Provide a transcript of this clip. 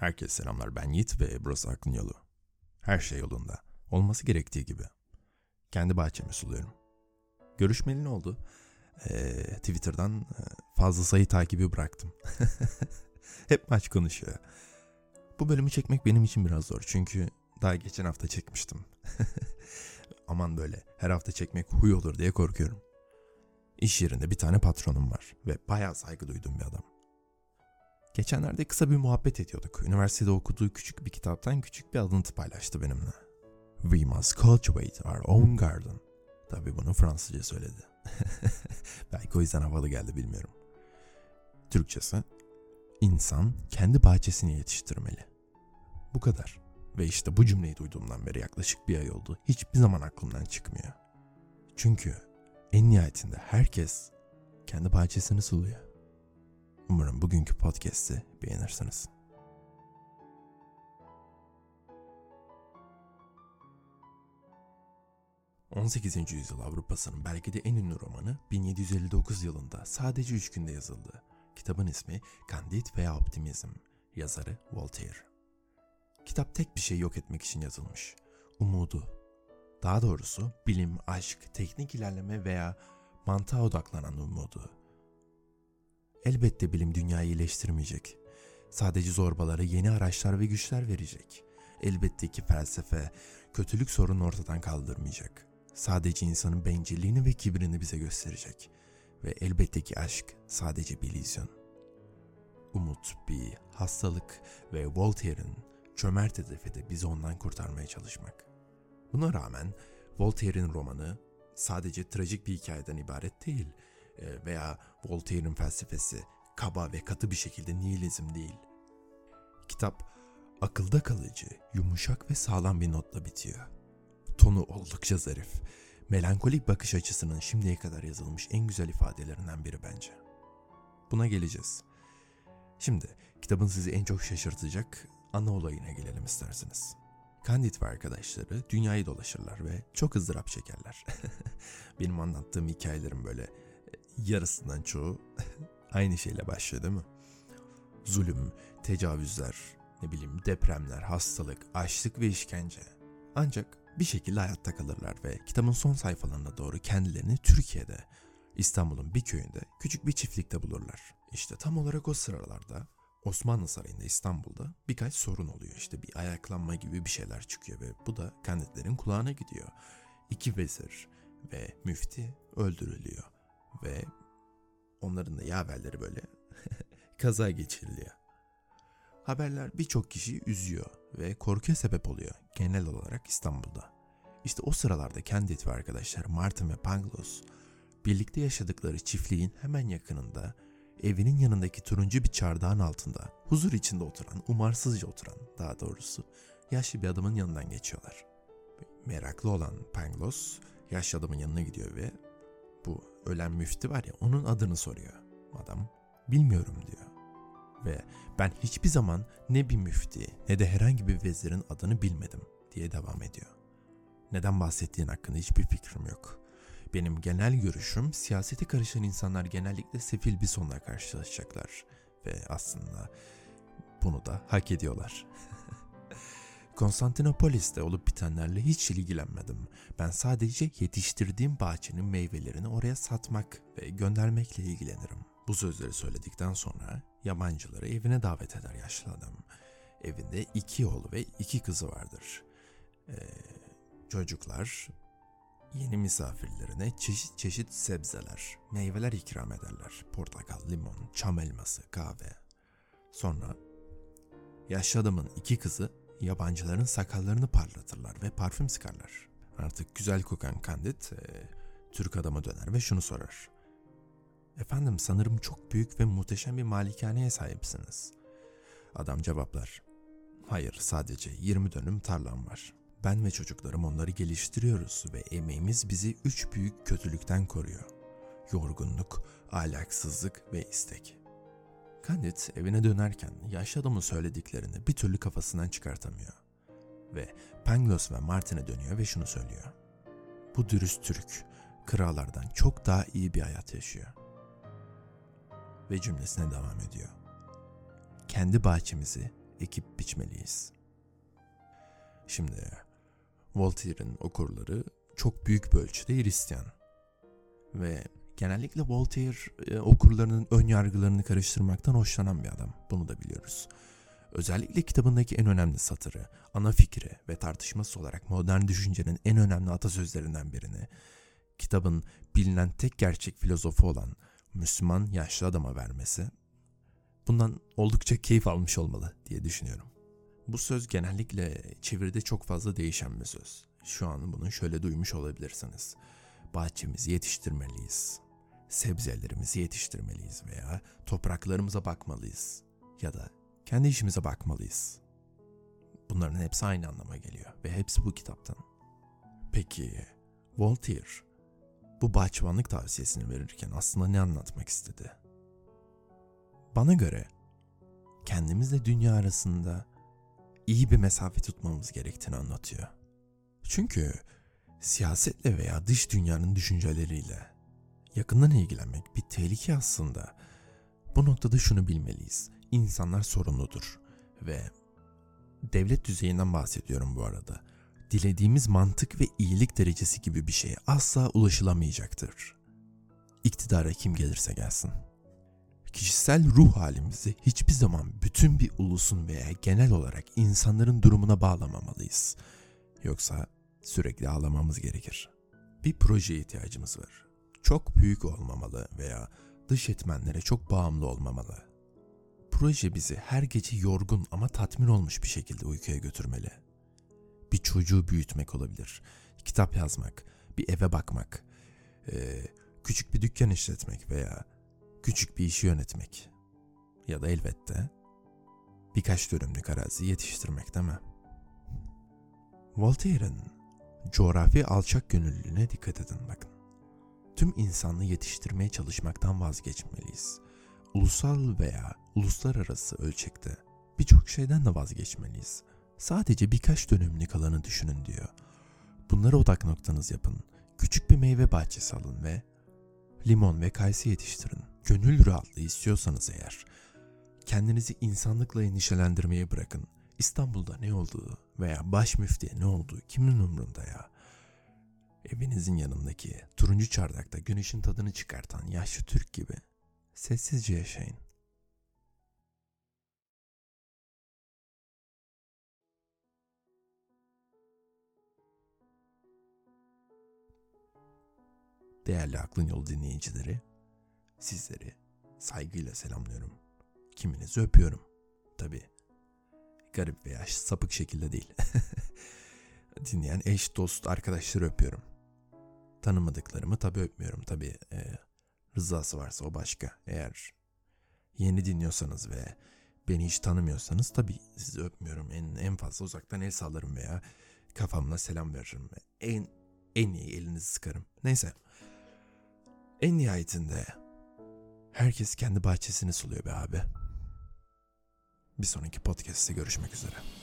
Herkese selamlar, ben Yiğit ve burası Aklın Yolu. Her şey yolunda, olması gerektiği gibi. Kendi bahçemi suluyorum. Görüşmeli ne oldu? Twitter'dan fazla sayı takibi bıraktım. Hep maç konuşuyor. Bu bölümü çekmek benim için biraz zor çünkü daha geçen hafta çekmiştim. Aman böyle her hafta çekmek huy olur diye korkuyorum. İş yerinde bir tane patronum var ve bayağı saygı duyduğum bir adam. Geçenlerde kısa bir muhabbet ediyorduk. Üniversitede okuduğu küçük bir kitaptan küçük bir alıntı paylaştı benimle. We must cultivate our own garden. Tabii bunu Fransızca söyledi. Belki o yüzden havalı geldi, bilmiyorum. Türkçesi, insan kendi bahçesini yetiştirmeli. Bu kadar. Ve işte bu cümleyi duyduğumdan beri yaklaşık bir ay oldu. Hiçbir zaman aklımdan çıkmıyor. Çünkü en nihayetinde herkes kendi bahçesini suluyor. Umarım bugünkü podcast'i beğenirsiniz. ...18. yüzyıl Avrupa'sının belki de en ünlü romanı 1759 yılında sadece 3 günde yazıldı. Kitabın ismi Candide veya Optimizm. Yazarı Voltaire. Kitap tek bir şey yok etmek için yazılmış. Umudu. Daha doğrusu bilim, aşk, teknik ilerleme veya mantığa odaklanan umudu. Elbette bilim dünyayı iyileştirmeyecek. Sadece zorbalara yeni araçlar ve güçler verecek. Elbette ki felsefe, kötülük sorununu ortadan kaldırmayacak. Sadece insanın bencilliğini ve kibrini bize gösterecek. Ve elbette ki aşk sadece bir illüzyon. Umut bir hastalık ve Voltaire'in cömert hedefi de bizi ondan kurtarmaya çalışmak. Buna rağmen Voltaire'in romanı sadece trajik bir hikayeden ibaret değil. Veya Voltaire'in felsefesi kaba ve katı bir şekilde nihilizm değil. Kitap akılda kalıcı, yumuşak ve sağlam bir notla bitiyor. Tonu oldukça zarif. Melankolik bakış açısının şimdiye kadar yazılmış en güzel ifadelerinden biri bence. Buna geleceğiz. Şimdi kitabın sizi en çok şaşırtacak ana olayına gelelim isterseniz. Candide ve arkadaşları dünyayı dolaşırlar ve çok ızdırap çekerler. Benim anlattığım hikayelerin böyle yarısından çoğu aynı şeyle başlıyor değil mi? Zulüm, tecavüzler, depremler, hastalık, açlık ve işkence. Ancak bir şekilde hayatta kalırlar ve kitabın son sayfalarına doğru kendilerini Türkiye'de, İstanbul'un bir köyünde küçük bir çiftlikte bulurlar. İşte tam olarak o sıralarda Osmanlı Sarayı'nda İstanbul'da birkaç sorun oluyor. İşte bir ayaklanma gibi bir şeyler çıkıyor ve bu da Candide'lerin kulağına gidiyor. 2 vezir ve müfti öldürülüyor. Ve onların da yaverleri böyle kaza geçiriliyor. Haberler birçok kişiyi üzüyor ve korkuya sebep oluyor genel olarak İstanbul'da. İşte o sıralarda Candide ve arkadaşlar Martin ve Pangloss birlikte yaşadıkları çiftliğin hemen yakınında evinin yanındaki turuncu bir çardağın altında huzur içinde oturan, umarsızca oturan daha doğrusu yaşlı bir adamın yanından geçiyorlar. Meraklı olan Pangloss yaşlı adamın yanına gidiyor ve bu ölen müftü var ya, onun adını soruyor. Adam bilmiyorum diyor. Ve ben hiçbir zaman ne bir müfti ne de herhangi bir vezirin adını bilmedim diye devam ediyor. Neden bahsettiğin hakkında hiçbir fikrim yok. Benim genel görüşüm siyasete karışan insanlar genellikle sefil bir sonla karşılaşacaklar. Ve aslında bunu da hak ediyorlar. Konstantinopolis'te olup bitenlerle hiç ilgilenmedim. Ben sadece yetiştirdiğim bahçenin meyvelerini oraya satmak ve göndermekle ilgilenirim. Bu sözleri söyledikten sonra yabancıları evine davet eder yaşlı adam. Evinde 2 oğlu ve 2 kızı vardır. Çocuklar yeni misafirlerine çeşit çeşit sebzeler, meyveler ikram ederler. Portakal, limon, çam elması, kahve. Sonra yaşlı adamın 2 kızı yabancıların sakallarını parlatırlar ve parfüm sıkarlar. Artık güzel kokan Candide Türk adama döner ve şunu sorar. Efendim, sanırım çok büyük ve muhteşem bir malikaneye sahipsiniz. Adam cevaplar. Hayır, sadece 20 dönüm tarlam var. Ben ve çocuklarım onları geliştiriyoruz ve emeğimiz bizi 3 büyük kötülükten koruyor. Yorgunluk, ahlaksızlık ve istek. Candide evine dönerken yaşlı adamın söylediklerini bir türlü kafasından çıkartamıyor. Ve Pangloss ve Martin'e dönüyor ve şunu söylüyor. Bu dürüst Türk, krallardan çok daha iyi bir hayat yaşıyor. Ve cümlesine devam ediyor. Kendi bahçemizi ekip biçmeliyiz. Şimdi Voltaire'in okurları çok büyük bir ölçüde Hristiyan. Ve genellikle Voltaire okurlarının ön yargılarını karıştırmaktan hoşlanan bir adam. Bunu da biliyoruz. Özellikle kitabındaki en önemli satırı, ana fikri ve tartışması olarak modern düşüncenin en önemli atasözlerinden birini, kitabın bilinen tek gerçek filozofu olan Müslüman yaşlı adama vermesi, bundan oldukça keyif almış olmalı diye düşünüyorum. Bu söz genellikle çeviride çok fazla değişen bir söz. Şu an bunu şöyle duymuş olabilirsiniz. Bahçemizi yetiştirmeliyiz, sebzelerimizi yetiştirmeliyiz veya topraklarımıza bakmalıyız ya da kendi işimize bakmalıyız. Bunların hepsi aynı anlama geliyor ve hepsi bu kitaptan. Peki Voltaire bu bahçıvanlık tavsiyesini verirken aslında ne anlatmak istedi? Bana göre kendimizle dünya arasında iyi bir mesafe tutmamız gerektiğini anlatıyor. Çünkü siyasetle veya dış dünyanın düşünceleriyle yakından ilgilenmek bir tehlike aslında. Bu noktada şunu bilmeliyiz. İnsanlar sorumludur ve devlet düzeyinden bahsediyorum bu arada. Dilediğimiz mantık ve iyilik derecesi gibi bir şeye asla ulaşılamayacaktır. İktidara kim gelirse gelsin. Kişisel ruh halimizi hiçbir zaman bütün bir ulusun veya genel olarak insanların durumuna bağlamamalıyız. Yoksa sürekli ağlamamız gerekir. Bir projeye ihtiyacımız var. Çok büyük olmamalı veya dış etmenlere çok bağımlı olmamalı. Proje bizi her gece yorgun ama tatmin olmuş bir şekilde uykuya götürmeli. Bir çocuğu büyütmek olabilir, kitap yazmak, bir eve bakmak, küçük bir dükkan işletmek veya küçük bir işi yönetmek. Ya da elbette birkaç dönümlük arazi yetiştirmek, değil mi? Voltaire'in coğrafi alçak gönüllülüğüne dikkat edin bakın. Tüm insanlığı yetiştirmeye çalışmaktan vazgeçmeliyiz. Ulusal veya uluslararası ölçekte birçok şeyden de vazgeçmeliyiz. Sadece birkaç dönümlük alanı düşünün diyor. Bunları odak noktanız yapın. Küçük bir meyve bahçesi alın ve limon ve kayısı yetiştirin. Gönül rahatlığı istiyorsanız eğer, kendinizi insanlıkla endişelendirmeye bırakın. İstanbul'da ne olduğu veya baş müftiye ne olduğu kimin umrunda ya? Evinizin yanındaki turuncu çardakta güneşin tadını çıkartan yaşlı Türk gibi sessizce yaşayın. Değerli Aklın Yolu dinleyicileri, sizleri saygıyla selamlıyorum. Kiminizi öpüyorum. Tabii garip veya sapık şekilde değil. Dinleyen eş, dost, arkadaşları öpüyorum. Tanımadıklarımı tabii öpmüyorum. Tabii rızası varsa o başka. Eğer yeni dinliyorsanız ve beni hiç tanımıyorsanız tabii sizi öpmüyorum. En fazla uzaktan el sallarım veya kafamla selam veririm. En iyi elinizi sıkarım. Neyse. En nihayetinde herkes kendi bahçesini suluyor be abi. Bir sonraki podcast'te görüşmek üzere.